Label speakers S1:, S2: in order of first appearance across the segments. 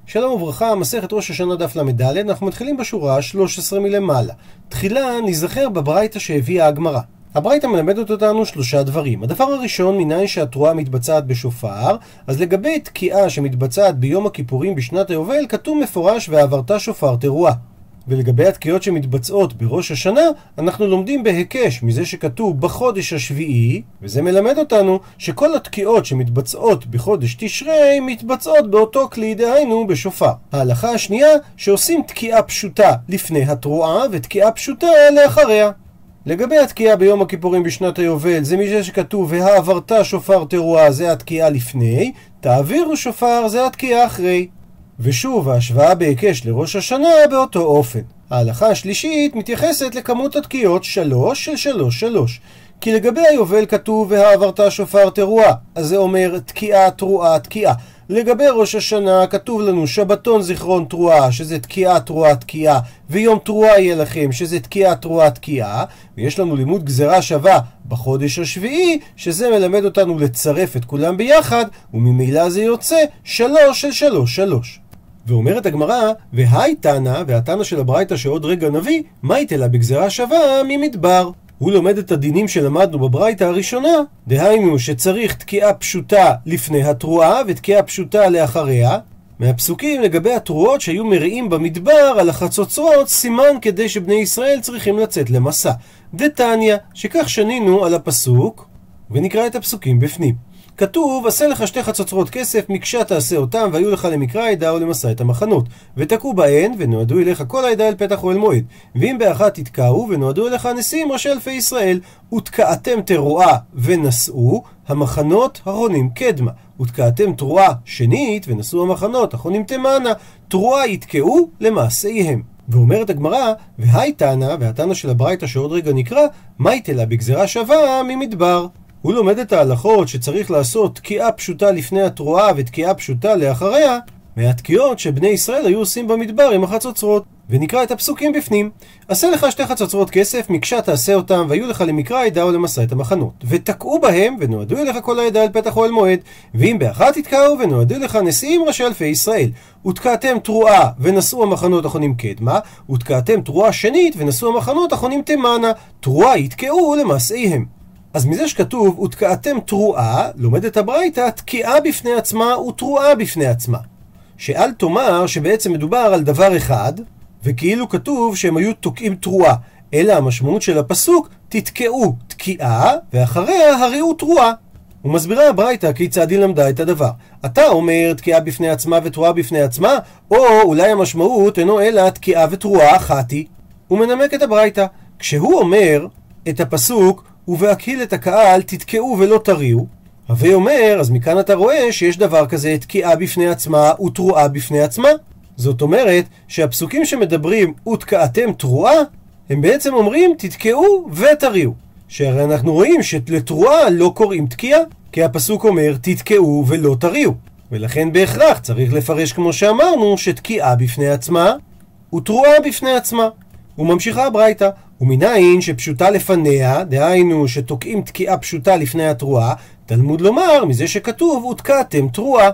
S1: שלום וברכה, מסכת ראש השנה דף למד, אנחנו מתחילים בשורה 13 מלמעלה. תחילה נזכר בברייתא שהביאה הגמרא. הברייתא מלמדת אותנו שלושה דברים. הדבר הראשון, מניין שהתרועה מתבצעת בשופר, אז לגבי תקיעה שמתבצעת ביום הכיפורים בשנת היובל, כתוב מפורש ועברת שופר תרועה. ולגבי התקיעות שמתבצעות בראש השנה, אנחנו לומדים בהיקש מזה שכתוב בחודש השביעי, וזה מלמד אותנו שכל התקיעות שמתבצעות בחודש תשרי מתבצעות באותו כלי, דהיינו בשופר. ההלכה השנייה, שעושים תקיעה פשוטה לפני התרועה ותקיעה פשוטה לאחריה. לגבי התקיעה ביום הכיפורים בשנת היובל, זה מזה שכתוב והעברת שופר תרועה, זה התקיעה לפני, תעבירו שופר, זה התקיעה אחרי. ושוב, ההשוואה בהיקש לראש השנה באותו אופן. ההלכה השלישית מתייחסת לכמות התקיעות 3 של 3 3. כי לגבי היובל כתוב והעברת שופר תרועה, אז זה אומר תקיעה תרועה תקיעה. לגבי ראש השנה כתוב לנו שבתון זיכרון תרועה, שזה תקיעה תרועה תקיעה, ויום תרועה יהיה לכם, שזה תקיעה תרועה תקיעה, ויש לנו לימוד גזרה שווה בחודש השביעי, שזה מלמד אותנו לצרף את כולם ביחד, וממילא זה יוצא 3 של 3 3. ואומרת הגמרא, והי תנא, והתנא של הברייתא שעוד רגע נביא, מה יתלה בגזרה שווה ממדבר. הוא לומד את הדינים שלמדנו בברייתא הראשונה, דהיינו שצריך תקיעה פשוטה לפני התרועה ותקיעה פשוטה לאחריה, מהפסוקים לגבי התרועות שהיו מראים במדבר על החצוצרות, סימן כדי שבני ישראל צריכים לצאת למסע. דתניא, שכך שנינו על הפסוק, ונקרא את הפסוקים בפנים. כתוב, עשה לך 2 חצוצרות כסף, מקשה תעשה אותם, והיו לך למקרא העדה ולמסע את המחנות. ותקעו בהן, ונועדו אליך כל העדה אל פתח אוהל מועד. ואם באחת תתקעו, ונועדו אליך נשיאים ראשי אלפי ישראל. ותקעתם תרועה ונשאו, המחנות הרונים קדמה. ותקעתם תרועה שנית, ונשאו המחנות החונים תימנה. תרועה יתקעו למעשיהם. ואומרת הגמרא, והי תנא, והתנא של הברייתא שעוד רגע נקרא, מה יתלה בגזרה שווה ממדבר. הוא לומד את ההלכות שצריך לעשות תקיעה פשוטה לפני התרועה ותקיעה פשוטה לאחריה, מהתקיעות שבני ישראל היו עושים במדבר עם החצוצרות. ונקרא את הפסוקים בפנים. עשה לך 2 חצוצרות כסף, מקשה תעשה אותם, והיו לך למקרא העדה ולמסע את המחנות. ותקעו בהם, ונועדו אליך כל העדה אל פתח אוהל מועד. ואם באחת תתקעו, ונועדו לך נשיאים ראשי אלפי ישראל. ותקעתם תרועה, ונשאו המחנות החונים קדמה. ותקעתם תרועה שנית, ונשאו המחנות החונים תימנה. תרועה יתקעו למעשיהם. אז מזה שכתוב ותקעתם תרועה, לומדת הברייתא תקיעה בפני עצמה ותרועה בפני עצמה. שאל תאמר שבעצם מדובר על דבר אחד, וכאילו כתוב שהם היו תוקעים תרועה, אלא המשמעות של הפסוק תתקעו תקיעה, ואחריה הראו תרועה. ומסבירה הברייתא כיצד היא למדה את הדבר. אתה אומר תקיעה בפני עצמה ותרועה בפני עצמה, או אולי המשמעות אינו אלא תקיעה ותרועה אחת היא. הוא מנמק את הברייתא. כשהוא אומר את הפסוק ובהקהיל את הקהל תתקעו ולא תריעו, הווי אומר, אז מכאן אתה רואה שיש דבר כזה תקיעה בפני עצמה ותרועה בפני עצמה. זאת אומרת שהפסוקים שמדברים ותקעתם תרועה, הם בעצם אומרים תתקעו ותריעו. שהרי אנחנו רואים שלתרועה לא קוראים תקיעה, כי הפסוק אומר תתקעו ולא תריעו. ולכן בהכרח צריך לפרש כמו שאמרנו שתקיעה בפני עצמה ותרועה בפני עצמה. וממשיכה הברייתא, ומניין שפשוטה לפניה, דהיינו שתוקעים תקיעה פשוטה לפני התרועה, תלמוד לומר מזה שכתוב ותקעתם תרועה.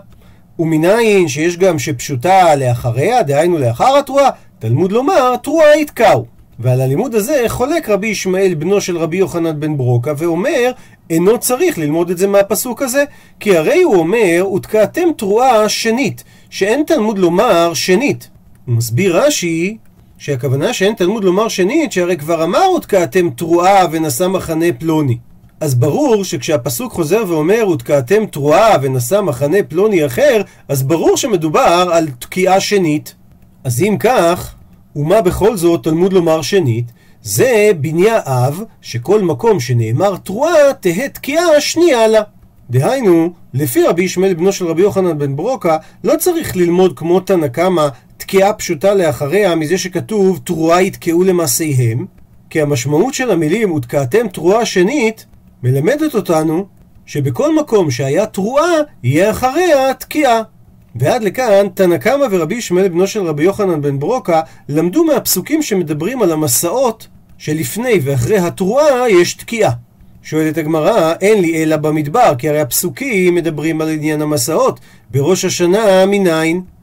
S1: ומניין שיש גם שפשוטה לאחריה, דהיינו לאחר התרועה, תלמוד לומר תרועה יתקעו. ועל הלימוד הזה חולק רבי ישמעאל בנו של רבי יוחנן בן ברוקה, ואומר אינו צריך ללמוד את זה מהפסוק הזה, כי הרי הוא אומר ותקעתם תרועה שנית, שאין תלמוד לומר שנית. הוא מסביר רש"י שהכוונה שאין תלמוד לומר שנית, שהרי כבר אמר ותקעתם תרועה ונשא מחנה פלוני. אז ברור שכשהפסוק חוזר ואומר ותקעתם תרועה ונשא מחנה פלוני אחר, אז ברור שמדובר על תקיעה שנית. אז אם כך, ומה בכל זאת תלמוד לומר שנית? זה בניה אב, שכל מקום שנאמר תרועה תהא תקיעה שנייה לה. דהיינו, לפי רבי ישמעאל בנו של רבי יוחנן בן ברוקה, לא צריך ללמוד כמו תנא קמא תקיעה פשוטה לאחריה מזה שכתוב תרועה יתקעו למעשיהם, כי המשמעות של המילים ותקעתם תרועה שנית מלמדת אותנו שבכל מקום שהיה תרועה יהיה אחריה תקיעה. ועד לכאן תנא קמא ורבי ישמעאל בנו של רבי יוחנן בן ברוקה למדו מהפסוקים שמדברים על המסעות שלפני ואחרי התרועה יש תקיעה. שואלת הגמרא, אין לי אלא במדבר, כי הרי הפסוקים מדברים על עניין המסעות. בראש השנה מניין?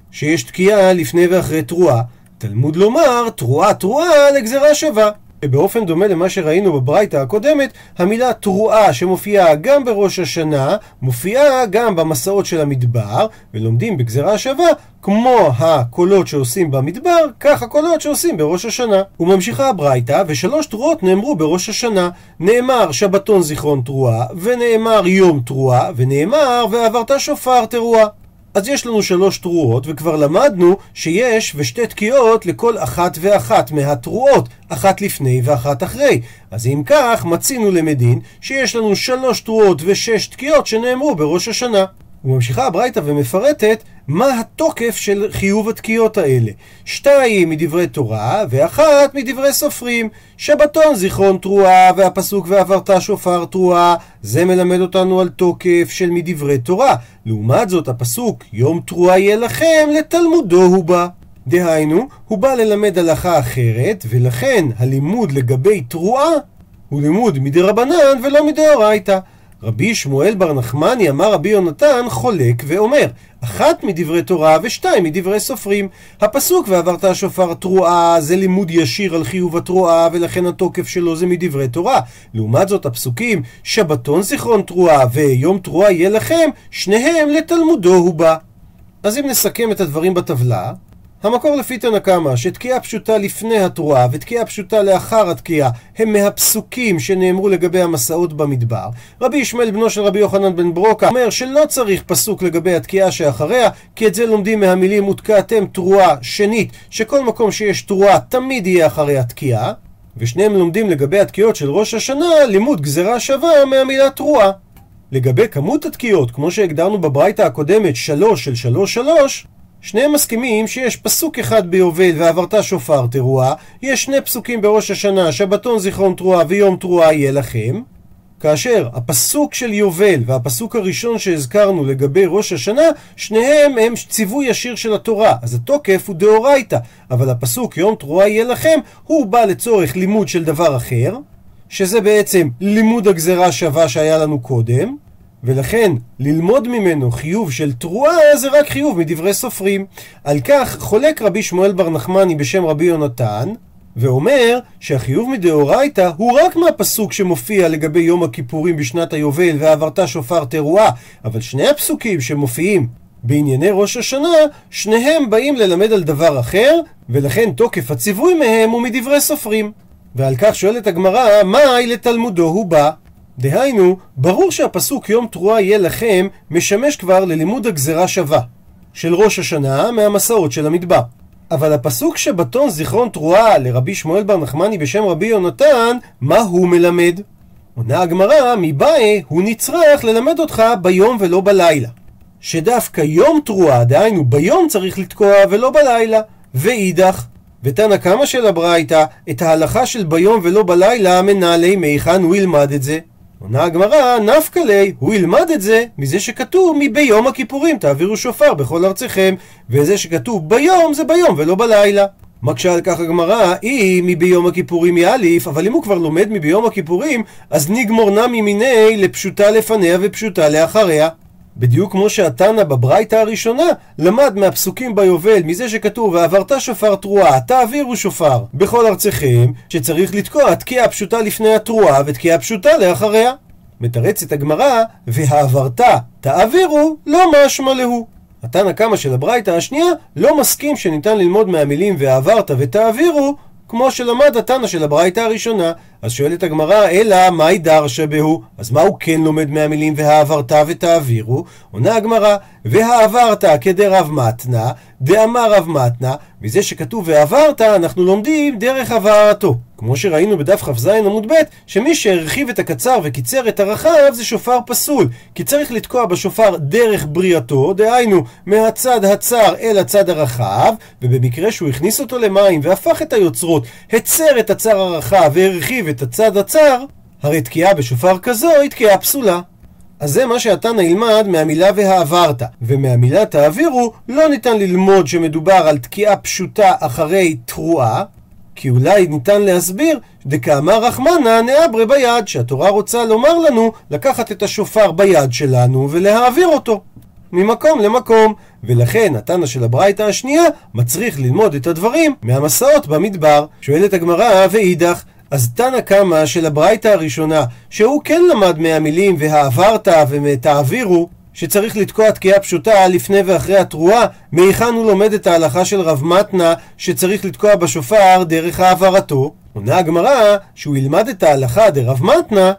S1: שיש תקיעה לפני ואחרי תרועה. תלמוד לומר תרועה לגזרה שווה. ובאופן דומה למה שראינו בברייתא הקודמת, המילה תרועה שמופיעה גם בראש השנה, מופיעה גם במסעות של המדבר, ולומדים בגזרה שווה, כמו הקולות שעושים במדבר, כך הקולות שעושים בראש השנה. וממשיכה הברייתא, ושלוש תרועות נאמרו בראש השנה. נאמר שבתון זיכרון תרועה, ונאמר יום תרועה, ונאמר ועברת שופר תרועה. אז יש לנו שלוש תרועות, וכבר למדנו שיש ושתי תקיעות לכל אחת ואחת מהתרועות, אחת לפני ואחת אחרי. אז אם כך, מצינו למדין שיש לנו שלוש תרועות ושש תקיעות שנאמרו בראש השנה. וממשיכה הברייתא ומפרטת מה התוקף של חיוב התקיעות האלה. 2 מדברי תורה ואחת מדברי סופרים. שבתון זיכרון תרועה והפסוק ועברת שופר תרועה, זה מלמד אותנו על תוקף של מדברי תורה. לעומת זאת הפסוק יום תרועה יהיה לכם, לתלמודו הוא בא. דהיינו, הוא בא ללמד הלכה אחרת, ולכן הלימוד לגבי תרועה הוא לימוד מדרבנן ולא מדאורייתא. רבי שמואל בר נחמני אמר רבי יונתן חולק ואומר, אחת מדברי תורה ושתיים מדברי סופרים. הפסוק ועברת שופר תרועה זה לימוד ישיר על חיוב התרועה, ולכן התוקף שלו זה מדברי תורה. לעומת זאת הפסוקים שבתון זיכרון תרועה ויום תרועה יהיה לכם, שניהם לתלמודו הוא בא. אז אם נסכם את הדברים בטבלה, המקור לפי תנא קמא שתקיעה פשוטה לפני התרועה ותקיעה פשוטה לאחר התקיעה הם מהפסוקים שנאמרו לגבי המסעות במדבר. רבי ישמעאל בנו של רבי יוחנן בן ברוקה אומר שלא צריך פסוק לגבי התקיעה שאחריה, כי את זה לומדים מהמילים ותקעתם תרועה שנית, שכל מקום שיש תרועה תמיד יהיה אחרי התקיעה, ושניהם לומדים לגבי התקיעות של ראש השנה לימוד גזרה שווה מהמילה תרועה. לגבי כמות התקיעות, כמו שהגדרנו בברייתא הקודמת 3 של 3, שניהם מסכימים שיש פסוק אחד ביובל ועברת שופר תרועה, יש שני פסוקים בראש השנה שבתון זיכרון תרועה ויום תרועה יהיה לכם, כאשר הפסוק של יובל והפסוק הראשון שהזכרנו לגבי ראש השנה, שניהם הם ציווי ישיר של התורה, אז התוקף הוא דאורייתא, אבל הפסוק יום תרועה יהיה לכם הוא בא לצורך לימוד של דבר אחר, שזה בעצם לימוד הגזרה שווה שהיה לנו קודם, ולכן ללמוד ממנו חיוב של תרועה זה רק חיוב מדברי סופרים. על כך חולק רבי שמואל בר נחמני בשם רבי יונתן, ואומר שהחיוב מדאורייתא הוא רק מהפסוק שמופיע לגבי יום הכיפורים בשנת היובל ועברת שופר תרועה, אבל שני הפסוקים שמופיעים בענייני ראש השנה, שניהם באים ללמד על דבר אחר, ולכן תוקף הציווי מהם הוא מדברי סופרים. ועל כך שואלת הגמרא, מהי לתלמודו הוא בא? דהיינו, ברור שהפסוק יום תרועה יהיה לכם משמש כבר ללימוד הגזרה שווה של ראש השנה מהמסעות של המדבר. אבל הפסוק שבתון זיכרון תרועה לרבי שמואל בר נחמני בשם רבי יונתן, מה הוא מלמד? עונה הגמרא, מבאי הוא נצרך ללמד אותך ביום ולא בלילה. שדווקא יום תרועה, דהיינו ביום צריך לתקוע ולא בלילה. ואידך, ותנא קמא של הברייתא, את ההלכה של ביום ולא בלילה מנהלי מיכן הוא ילמד את זה. עונה הגמרא, נפקא ליה, הוא ילמד את זה מזה שכתוב מביום הכיפורים תעבירו שופר בכל ארציכם, וזה שכתוב ביום זה ביום ולא בלילה. מקשה על כך הגמרא, מביום הכיפורים יאליף, אבל אם הוא כבר לומד מביום הכיפורים, אז נגמור נמי מיני לפשוטה לפניה ופשוטה לאחריה. בדיוק כמו שהתנא בברייתא הראשונה למד מהפסוקים ביובל מזה שכתוב ועברת שופר תרועה תעבירו שופר בכל ארציכם, שצריך לתקוע תקיעה פשוטה לפני התרועה ותקיעה פשוטה לאחריה. מתרצת הגמרא, והעברת תעבירו לא משמע להו. התנא קמא של הברייתא השנייה לא מסכים שניתן ללמוד מהמילים ועברת ותעבירו כמו שלמד התנא של הברייתא הראשונה. אז שואלת הגמרא, אלא מהי דרשה בהו? אז מה הוא כן לומד מהמילים והעברת ותעבירו? עונה הגמרא, והעברת כדרב מתנא, דאמר רב מתנא, מזה שכתוב והעברת אנחנו לומדים דרך הבהרתו. כמו שראינו בדף כ"ז עמוד ב', שמי שהרחיב את הקצר וקיצר את הרחב זה שופר פסול, כי צריך לתקוע בשופר דרך בריאתו, דהיינו מהצד הצר אל הצד הרחב, ובמקרה שהוא הכניס אותו למים והפך את היוצרות, הצר את הצר הרחב והרחיב את הצד הצר, הרי תקיעה בשופר כזו היא תקיעה פסולה. אז זה מה שהתנא ילמד מהמילה והעברת, ומהמילה תעבירו לא ניתן ללמוד שמדובר על תקיעה פשוטה אחרי תרועה, כי אולי ניתן להסביר דקאמר רחמנא נעברה ביד, שהתורה רוצה לומר לנו לקחת את השופר ביד שלנו ולהעביר אותו. ממקום למקום, ולכן התנא של הברייתא השנייה מצריך ללמוד את הדברים מהמסעות במדבר. שואלת הגמרא, ואידך, אז תנא קמא של הברייתא הראשונה, שהוא כן למד מהמילים והעברת ומתעבירו, שצריך לתקוע תקיעה פשוטה לפני ואחרי התרועה, מהיכן הוא לומד את ההלכה של רב מתנה שצריך לתקוע בשופר דרך העברתו? עונה הגמרא שהוא ילמד את ההלכה דרב מתנה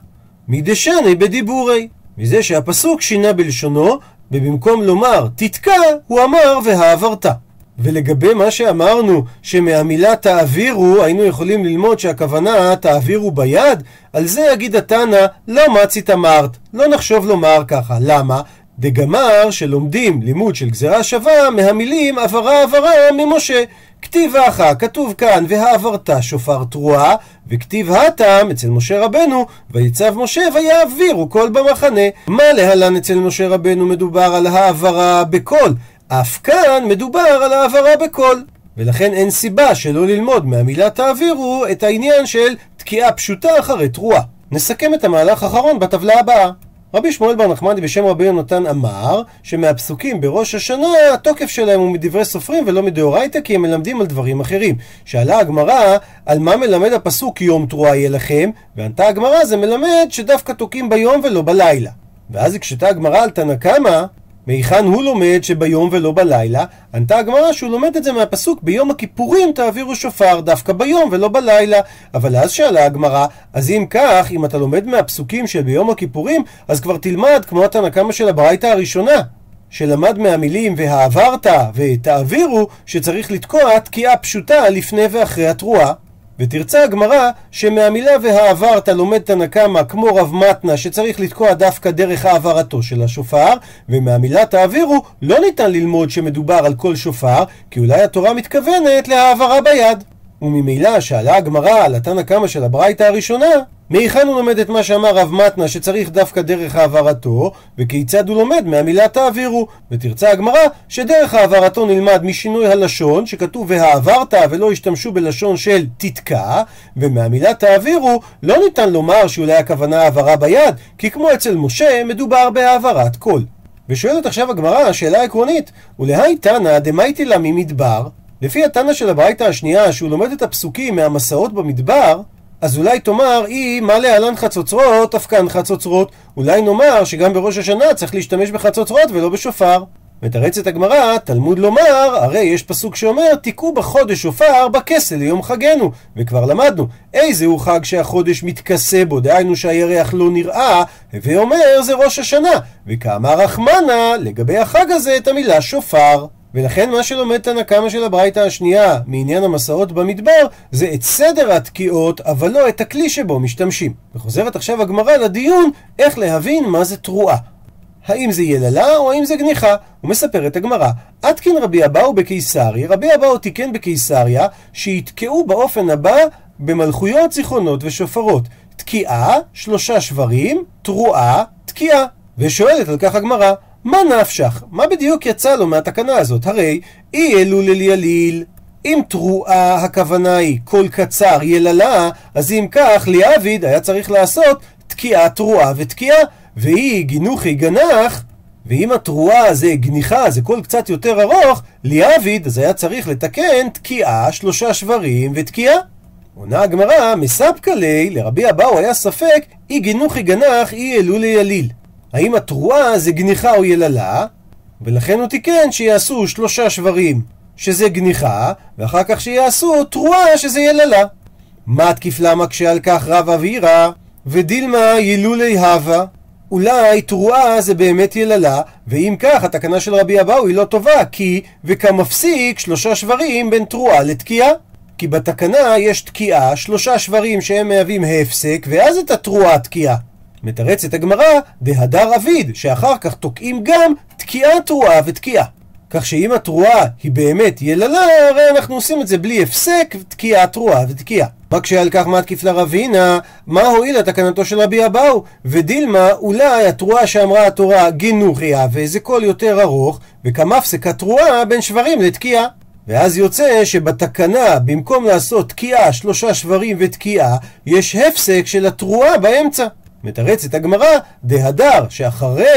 S1: מדשני בדיבורי, מזה שהפסוק שינה בלשונו, ובמקום לומר תתקע הוא אמר והעברת. ולגבי מה שאמרנו שמהמילה תעבירו היינו יכולים ללמוד שהכוונה תעבירו ביד, על זה יגיד התנא לא מצית אמרת, לא נחשוב לומר ככה. למה? דגמר שלומדים לימוד של גזירה שווה מהמילים עברה ממשה. כתיב אחא, כתוב כאן והעברת שופר תרועה, וכתיב התם אצל משה רבנו ויצב משה ויעבירו קול במחנה. מה להלן אצל משה רבנו מדובר על העברה בקול, אף כאן מדובר על העברה בקול, ולכן אין סיבה שלא ללמוד מהמילה תעבירו את העניין של תקיעה פשוטה אחרי תרועה. נסכם את המהלך האחרון בטבלה הבאה. רבי שמואל בר נחמני בשם רבי יונתן אמר שמהפסוקים בראש השנה התוקף שלהם הוא מדברי סופרים ולא מדאורייתא, כי הם מלמדים על דברים אחרים. שאלה הגמרא על מה מלמד הפסוק יום תרועה יהיה לכם, וענתה הגמרא זה מלמד שדווקא תוקעים ביום ולא בלילה. ואז הקשתה הגמרא על תנא קמא מהיכן הוא לומד שביום ולא בלילה, ענתה הגמרא שהוא לומד את זה מהפסוק ביום הכיפורים תעבירו שופר, דווקא ביום ולא בלילה. אבל אז שאלה הגמרא, אז אם כך, אם אתה לומד מהפסוקים של ביום הכיפורים, אז כבר תלמד כמו התנא קמא של הברייתא הראשונה, שלמד מהמילים והעברת ותעבירו שצריך לתקוע תקיעה פשוטה לפני ואחרי התרועה. ותרצה הגמרא שמהמילה והעברת לומד תנא קמא כמו רב מתנה שצריך לתקוע דווקא דרך העברתו של השופר, ומהמילה תעבירו לא ניתן ללמוד שמדובר על כל שופר, כי אולי התורה מתכוונת להעברה ביד. וממילא שאלה הגמרא על התנא קמא של הברייתא הראשונה, מהיכן הוא לומד את מה שאמר רב מתנה שצריך דווקא דרך העברתו, וכיצד הוא לומד מהמילה תעבירו. ותרצה הגמרא שדרך העברתו נלמד משינוי הלשון שכתוב והעברת ולא השתמשו בלשון של תתקע, ומהמילה תעבירו לא ניתן לומר שאולי הכוונה העברה ביד, כי כמו אצל משה מדובר בהעברת קול. ושואלת עכשיו הגמרא שאלה עקרונית, ולהי תנא דמייטי לה ממדבר, לפי התנא של הברייתא השנייה שהוא לומד את הפסוקים מהמסעות במדבר, אז אולי תאמר מה להלן חצוצרות אף כאן חצוצרות, אולי נאמר שגם בראש השנה צריך להשתמש בחצוצרות ולא בשופר. מתרצת הגמרא, תלמוד לומר, הרי יש פסוק שאומר תיקעו בחודש שופר בכסה ליום חגנו, וכבר למדנו איזה הוא חג שהחודש מתכסה בו, דהיינו שהירח לא נראה, ואומר זה ראש השנה, וכאמר רחמנה לגבי החג הזה את המילה שופר. ולכן מה שלומד תנא קמא של הברייתא השנייה מעניין המסעות במדבר זה את סדר התקיעות, אבל לא את הכלי שבו משתמשים. וחוזרת עכשיו הגמרא לדיון איך להבין מה זה תרועה, האם זה יללה או האם זה גניחה. ומספרת הגמרא, עדכין רבי אבאו בקיסריה, רבי אבאו תיקן בקיסריה שיתקעו באופן הבא במלכויות זיכרונות ושופרות, תקיעה 3 שברים, תרועה תקיעה. ושואלת על כך הגמרא, מה נפשך? מה בדיוק יצא לו מהתקנה הזאת? הרי אי אלול אל יליל, אם תרועה הכוונה היא קול קצר יללה, אז אם כך ליעביד היה צריך לעשות תקיעה תרועה ותקיעה, והיא גינוכי גנח, ואם התרועה זה גניחה, זה קול קצת יותר ארוך, ליעביד אז היה צריך לתקן תקיעה 3 שברים ותקיעה. עונה הגמרא, מספקא ליה, לרבי אבאו היה ספק אי גינוכי גנח אי אלול יליל, האם התרועה זה גניחה או יללה, ולכן הוא תיקן שיעשו 3 שברים שזה גניחה, ואחר כך שיעשו תרועה שזה יללה. מה תקיף למה כשעל כך רב אבירה, ודילמה ילולי הווה, אולי תרועה זה באמת יללה, ואם כך התקנה של רבי אבאו היא לא טובה, כי וכמפסיק 3 שברים בין תרועה לתקיעה, כי בתקנה יש תקיעה 3 שברים שהם מהווים הפסק, ואז את התרועה תקיעה. מתרצת הגמרא, דהדר אביד, שאחר כך תוקעים גם תקיעה תרועה ותקיעה. כך שאם התרועה היא באמת יללה, הרי אנחנו עושים את זה בלי הפסק, תקיעה תרועה ותקיעה. רק שעל כך מתקיף לרבינה, מה הועילה תקנתו של רבי אבאו? ודילמה, אולי התרועה שאמרה התורה גינוכיה, וזה קול יותר ארוך, וכמפסק התרועה בין שברים לתקיעה. ואז יוצא שבתקנה, במקום לעשות תקיעה 3 שברים ותקיעה, יש הפסק של התרועה באמצע. מתרצת הגמרא, דהדר, שאחרי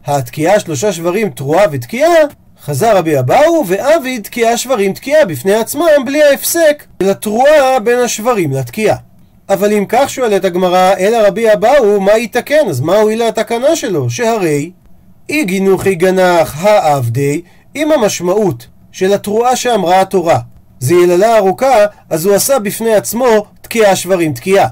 S1: התקיעה 3 שברים תרועה ותקיעה, חזר רבי אבאו ועביד תקיעה שברים תקיעה בפני עצמם בלי ההפסק לתרועה בין השברים לתקיעה. אבל אם כך שואלת הגמרא, אלא רבי אבאו מה יתקן? אז מה הועילה התקנה שלו? שהרי אי גינוכי גנח העבדי, אם המשמעות של התרועה שאמרה התורה זה יללה ארוכה, אז הוא עשה בפני עצמו תקיעה שברים תקיעה.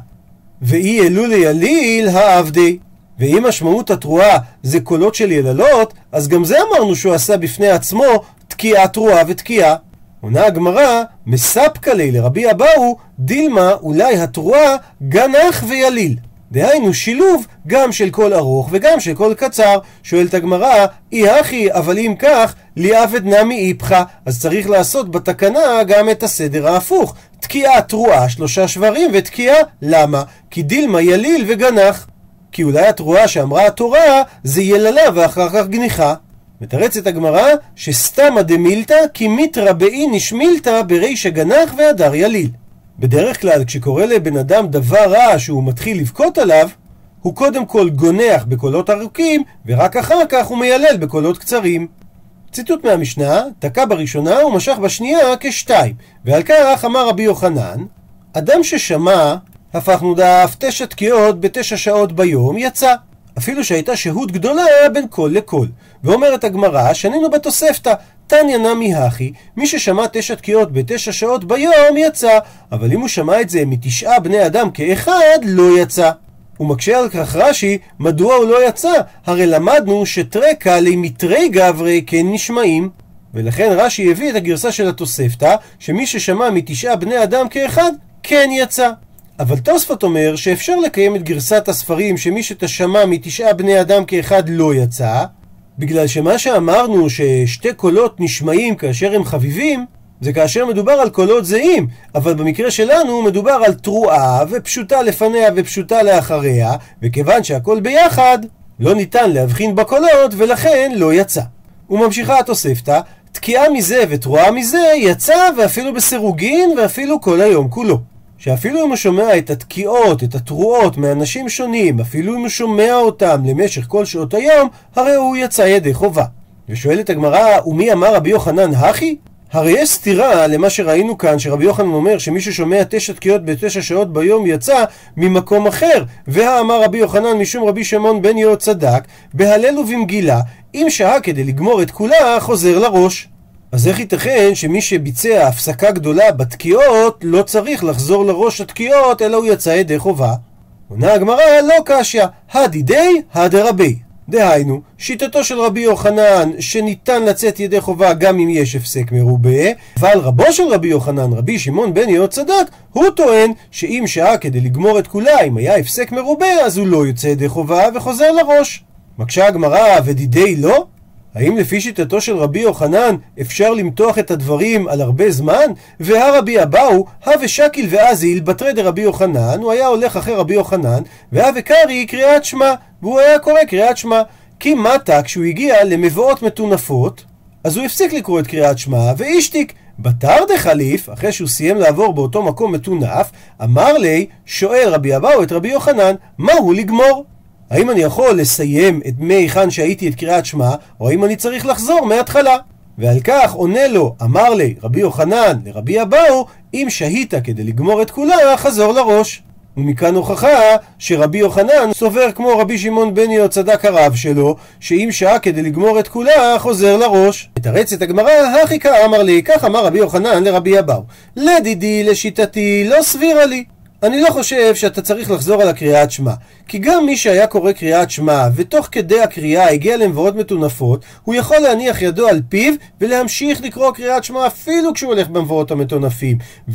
S1: ואי אלולי יליל העבדי, ואם משמעות התרועה זה קולות של יללות, אז גם זה אמרנו שהוא עשה בפני עצמו תקיעה תרועה ותקיעה. עונה הגמרא, מספקא ליה לרבי אבאו דילמה אולי התרועה גנח ויליל, דהיינו שילוב גם של קול ארוך וגם של קול קצר. שואלת הגמרא, אי הכי, אבל אם כך ליעבד נמי איפכא, אז צריך לעשות בתקנה גם את הסדר ההפוך, תקיעה תרועה 3 שברים ותקיעה. למה? כי דילמה יליל וגנח, כי אולי התרועה שאמרה התורה זה יללה ואחר כך גניחה. מתרצת הגמרא שסתמא דמילתא כי מיתרא באי נשמילתא בריש גנח והדר יליל. בדרך כלל כשקורא לבן אדם דבר רע שהוא מתחיל לבכות עליו, הוא קודם כל גונח בקולות ארוכים ורק אחר כך הוא מיילל בקולות קצרים. ציטוט מהמשנה, תקע בראשונה ומשך בשנייה כשתיים, ועל כך אמר רבי יוחנן, אדם ששמע הפכנו דף 9 תקיעות ב9 שעות ביום יצא, אפילו שהייתה שהות גדולה בין קול לקול. ואומרת הגמרא, שנינו בתוספתא, תניא נמי הכי, מי ששמע 9 תקיעות ב9 שעות ביום יצא, אבל אם הוא שמע את זה מ9 בני אדם כאחד לא יצא. הוא מקשה על כך רש"י, מדוע הוא לא יצא? הרי למדנו שטרקה למתרי גברי כן נשמעים, ולכן רש"י הביא את הגרסה של התוספתא, שמי ששמע מ9 בני אדם כאחד כן יצא. אבל תוספות אומר שאפשר לקיים את גרסת הספרים שמי שתשמע מ9 בני אדם כאחד לא יצא, בגלל שמה שאמרנו ששתי קולות נשמעים כאשר הם חביבים, זה כאשר מדובר על קולות זהים, אבל במקרה שלנו מדובר על תרועה ופשוטה לפניה ופשוטה לאחריה, וכיוון שהכל ביחד לא ניתן להבחין בקולות ולכן לא יצא. וממשיכה התוספתא, תקיעה מזה ותרועה מזה יצא ואפילו בסירוגין ואפילו כל היום כולו. שאפילו אם הוא שומע את התקיעות, את התרועות מאנשים שונים, אפילו אם הוא שומע אותם למשך כל שעות היום, הרי הוא יצא ידי חובה. ושואלת הגמרא, ומי אמר רבי יוחנן הכי? הרי יש סתירה למה שראינו כאן, שרבי יוחנן אומר שמי ששומע 9 תקיעות ב9 שעות ביום יצא ממקום אחר, והאמר רבי יוחנן משום רבי שמעון בן יהוד צדק, בהלל ובמגילה, אם שעה כדי לגמור את כולה חוזר לראש. אז איך ייתכן שמי שביצע הפסקה גדולה בתקיעות לא צריך לחזור לראש התקיעות, אלא הוא יצא ידי חובה? עונה הגמרא, לא קשיא, הדידי הדרבי. דהיינו, שיטתו של רבי יוחנן שניתן לצאת ידי חובה גם אם יש הפסק מרובה, אבל רבו של רבי יוחנן, רבי שמעון בן יהוד צדק, הוא טוען שאם שעה כדי לגמור את כולה, אם היה הפסק מרובה, אז הוא לא יוצא ידי חובה וחוזר לראש. מקשה הגמרא, ודידי לא? האם לפי שיטתו של רבי יוחנן אפשר למתוח את הדברים על הרבה זמן? והרבי אבאו, הווה שקיל ואזיל בתרי דרבי יוחנן, הוא היה הולך אחרי רבי יוחנן, והווה קרי קריאת שמע, והוא היה קורא קריאת שמע. כי מטה כשהוא הגיע למבואות מטונפות, אז הוא הפסיק לקרוא את קריאת שמע והשתיק. בתר דחליף, אחרי שהוא סיים לעבור באותו מקום מטונף, אמר לי, שואל רבי אבאו את רבי יוחנן, מהו לגמור? האם אני יכול לסיים את מהיכן שהייתי את קריאת שמע, או האם אני צריך לחזור מההתחלה? ועל כך עונה לו, אמר לי רבי יוחנן לרבי אבאו, אם שהית כדי לגמור את כולה, חזור לראש. ומכאן הוכחה שרבי יוחנן סובר כמו רבי שמעון בן יהוד צדק הרב שלו, שאם שעה כדי לגמור את כולה, חוזר לראש. מתרצת הגמרא, הכי אמר לי, כך אמר רבי יוחנן לרבי אבאו, לדידי לשיטתי לא סבירה לי. אני לא חושב שאתה צריך לחזור על הקריאת שמע, כי גם מי שהיה קורא קריאת שמע ותוך כדי הקריאה הגיע למבואות מטונפות, הוא יכול להניח ידו על פיו ולהמשיך לקרוא קריאת שמע אפילו כשהוא הולך במבואות המטונפים.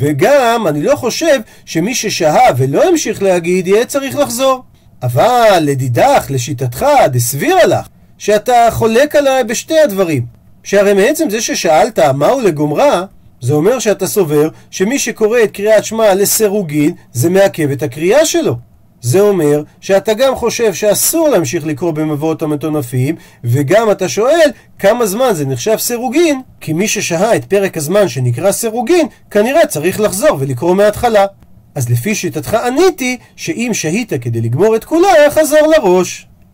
S1: וגם אני לא חושב שמי ששהה ולא המשיך להגיד יהיה צריך לחזור. אבל לדידך, לשיטתך, דסבירה לך, שאתה חולק עליי בשתי הדברים, שהרי מעצם זה ששאלת מהו לגומרה, זה אומר שאתה סובר שמי שקורא את קריאת שמע לסירוגין זה מעכב את הקריאה שלו. זה אומר שאתה גם חושב שאסור להמשיך לקרוא במבואות המטונפים, וגם אתה שואל כמה זמן זה נחשב סירוגין, כי מי ששהה את פרק הזמן שנקרא סירוגין כנראה צריך לחזור ולקרוא מההתחלה. אז לפי שיטתך עניתי שאם שהית כדי לגמור את כולה חזור לראש.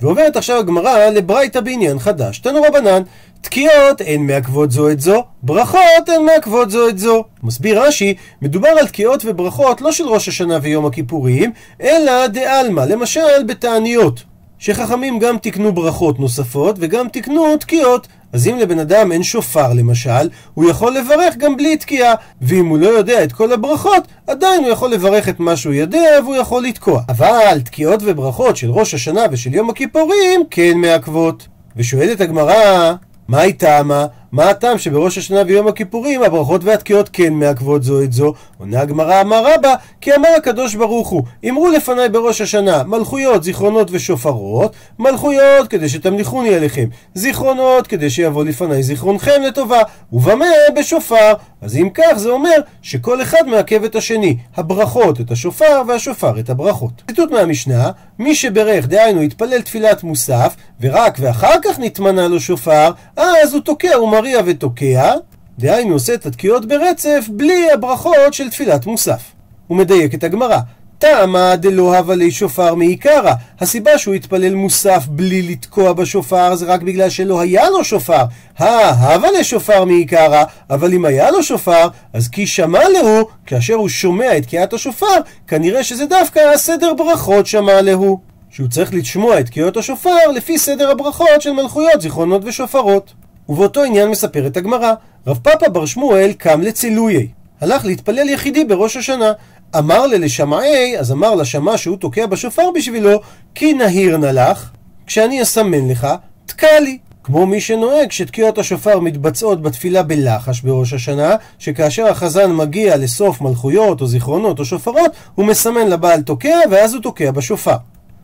S1: ועוברת עכשיו הגמרא לברייתא בעניין חדש. תנו רבנן, תקיעות אין מעכבות זו את זו, ברכות אין מעכבות זו את זו. מסביר רש"י, מדובר על תקיעות וברכות לא של ראש השנה ויום הכיפורים, אלא דעלמא, למשל בתעניות, שחכמים גם תקנו ברכות נוספות וגם תקנו תקיעות. אז אם לבן אדם אין שופר למשל, הוא יכול לברך גם בלי תקיעה, ואם הוא לא יודע את כל הברכות, עדיין הוא יכול לברך את מה שהוא יודע והוא יכול לתקוע. אבל תקיעות וברכות של ראש השנה ושל יום הכיפורים כן מעכבות. ושואלת הגמרא, מה היא טעמה? מה הטעם שבראש השנה ויום הכיפורים הברכות והתקיעות כן מעכבות זו את זו? עונה הגמרא, אמר רבא, כי אמר הקדוש ברוך הוא, אמרו לפניי בראש השנה מלכויות, זיכרונות ושופרות, מלכויות כדי שתמליכוני עליכם, זיכרונות כדי שיבוא לפניי זיכרונכם לטובה, ובמה בשופר. אז אם כך זה אומר שכל אחד מעכב את השני, הברכות את השופר והשופר את הברכות. ציטוט מהמשנה, מי שברך, דהיינו התפלל תפילת מוסף ורק ואחר כך נתמנה לו שופר, אז הוא תוקע ומריע ותוקע, דהיינו עושה את התקיעות ברצף בלי הברכות של תפילת מוסף. הוא מדייק את הגמרא, טעמה דלא הווה לי שופר מעיקרא, הסיבה שהוא התפלל מוסף בלי לתקוע בשופר זה רק בגלל שלא היה לו שופר. הווה לשופר מעיקרא, אבל אם היה לו שופר, אז כי שמע לו, כאשר הוא שומע את תקיעת השופר, כנראה שזה דווקא הסדר ברכות שמע לו, שהוא צריך לשמוע את תקיעות השופר לפי סדר הברכות של מלכויות, זיכרונות ושופרות. ובאותו עניין מספרת הגמרא, רב פאפא בר שמואל קם לצילויי, הלך להתפלל יחידי בראש השנה, אמר לשמעי, אז אמר לשמע שהוא תוקע בשופר בשבילו, כי נהיר נלך, כשאני אסמן לך, תקע לי. כמו מי שנוהג שתקיעות השופר מתבצעות בתפילה בלחש בראש השנה, שכאשר החזן מגיע לסוף מלכויות או זיכרונות או שופרות, הוא מסמן לבעל תוקע ואז הוא תוקע בשופר.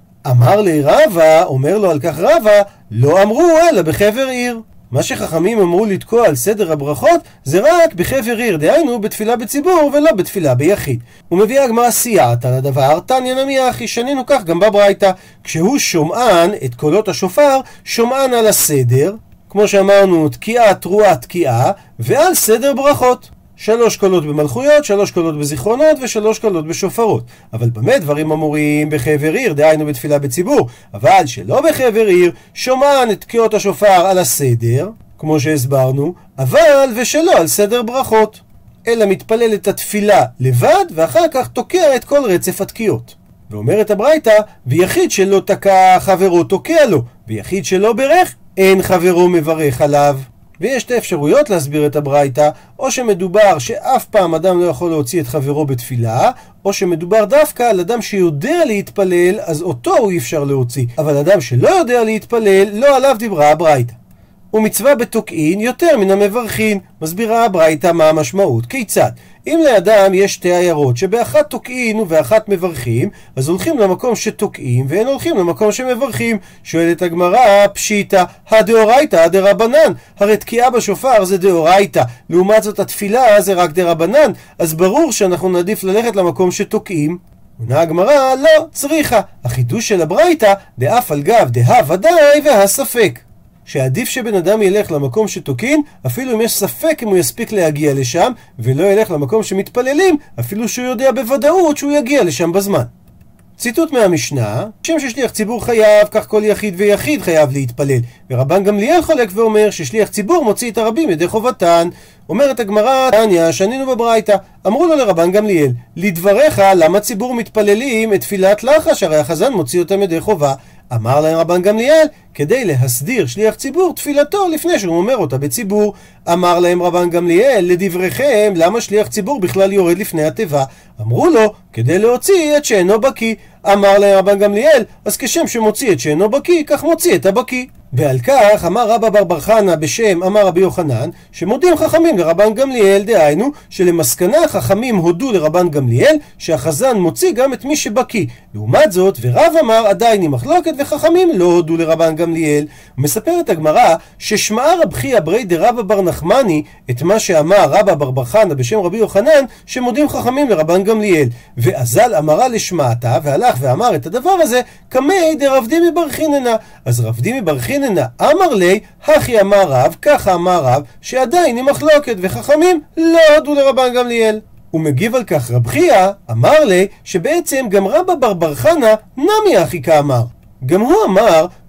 S1: אמר לי רבא, אומר לו על כך רבא, לא אמרו אלא בחבר עיר. מה שחכמים אמרו לתקוע על סדר הברכות זה רק בחבר עיר, דהיינו בתפילה בציבור ולא בתפילה ביחיד. הוא מביא הגמרא סייעת על הדבר, תניא נמי אחי, שנינו כך גם בברייתא, כשהוא שומען את קולות השופר, שומען על הסדר, כמו שאמרנו תקיעה תרועה תקיעה, ועל סדר ברכות. 3 קולות במלכויות, 3 קולות בזיכרונות ו3 קולות בשופרות. אבל במה דברים אמורים בחבר עיר, דהיינו בתפילה בציבור, אבל שלא בחבר עיר, שומען את תקיעות השופר על הסדר, כמו שהסברנו, אבל ושלא על סדר ברכות, אלא מתפלל את התפילה לבד ואחר כך תוקע את כל רצף התקיעות. ואומרת הברייתא, ויחיד שלא תקע חברו תוקע לו, ויחיד שלא ברך אין חברו מברך עליו. ויש 2 אפשרויות להסביר את הברייתא, או שמדובר שאף פעם אדם לא יכול להוציא את חברו בתפילה, או שמדובר דווקא על אדם שיודע להתפלל, אז אותו הוא אי אפשר להוציא. אבל אדם שלא יודע להתפלל, לא עליו דיברה הברייתא. ומצווה בתוקעין יותר מן המברכין. מסבירה הברייתא מה המשמעות. כיצד? אם לאדם יש 2 עיירות שבאחת תוקעין ובאחת מברכים, אז הולכים למקום שתוקעים ואין הולכים למקום שמברכים. שואלת הגמרא, פשיטא, הדאורייתא הדרבנן, הרי תקיעה בשופר זה דאורייתא, לעומת זאת התפילה זה רק דרבנן, אז ברור שאנחנו נעדיף ללכת למקום שתוקעים. עונה הגמרא, לא צריכה, החידוש של הברייתא דאף על גב דה ודאי והספק, שעדיף שבן אדם ילך למקום שתוקין, אפילו אם יש ספק אם הוא יספיק להגיע לשם, ולא ילך למקום שמתפללים, אפילו שהוא יודע בוודאות שהוא יגיע לשם בזמן. ציטוט מהמשנה, שם ששליח ציבור חייב, כך כל יחיד ויחיד חייב להתפלל. ורבן גמליאל חולק ואומר ששליח ציבור מוציא את הרבים ידי חובתן. אומרת הגמרא, תניא, שנינו בברייתא, אמרו לו לרבן גמליאל, לדבריך למה ציבור מתפללים את תפילת לחש, הרי החזן מוציא אותם ידי חובה. אמר להם רבן גמליאל, כדי להסדיר שליח ציבור תפילתו לפני שהוא אומר אותה בציבור. אמר להם רבן גמליאל, לדבריכם למה שליח ציבור בכלל יורד לפני התיבה? אמרו לו, כדי להוציא את שאינו בקי. אמר להם רבן גמליאל, אז כשם שמוציא את שאינו בקי, כך מוציא את הבקי. ועל כך אמר רבא בר חנא בשם אמר רבי יוחנן, שמודים חכמים לרבן גמליאל, דהיינו שלמסקנה חכמים הודו לרבן גמליאל שהחזן מוציא גם את מי שבקי. לעומת זאת, ורב אמר עדיין היא מחלוקת וחכמים לא הודו לרבן גמליאל. מספרת הגמרא ששמעה רב חייא ברי דרבא בר נחמני את מה שאמר רבא בר חנא בשם רבי יוחנן, שמודים חכמים לרבן גמליאל, ואזל אמרה לשמעתה, והלך ואמר את הדבר הזה כמי דרב דימי בר חיננה. אז רב דימי בר חיננה אמר לי, הכי אמר רב, ככה אמר רב, שעדיין היא מחלוקת וחכמים לא הודו לרבן גמליאל. הוא מגיב על כך רב חייא אמר לי שבעצם גם רבא בר חנא נמי הכי כאמר, גם הוא אמר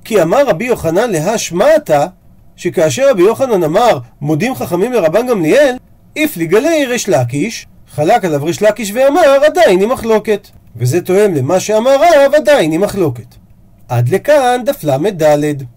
S1: כי אמר רבי יוחנן להשמעתה, שכאשר רבי יוחנן אמר מודים חכמים לרבן גמליאל, הפליג עלי ריש לקיש, חלק עליו ריש לקיש ואמר עדיין היא מחלוקת. וזה תואם למה שאמר רב, עדיין היא מחלוקת. עד לכאן דף ל"ד.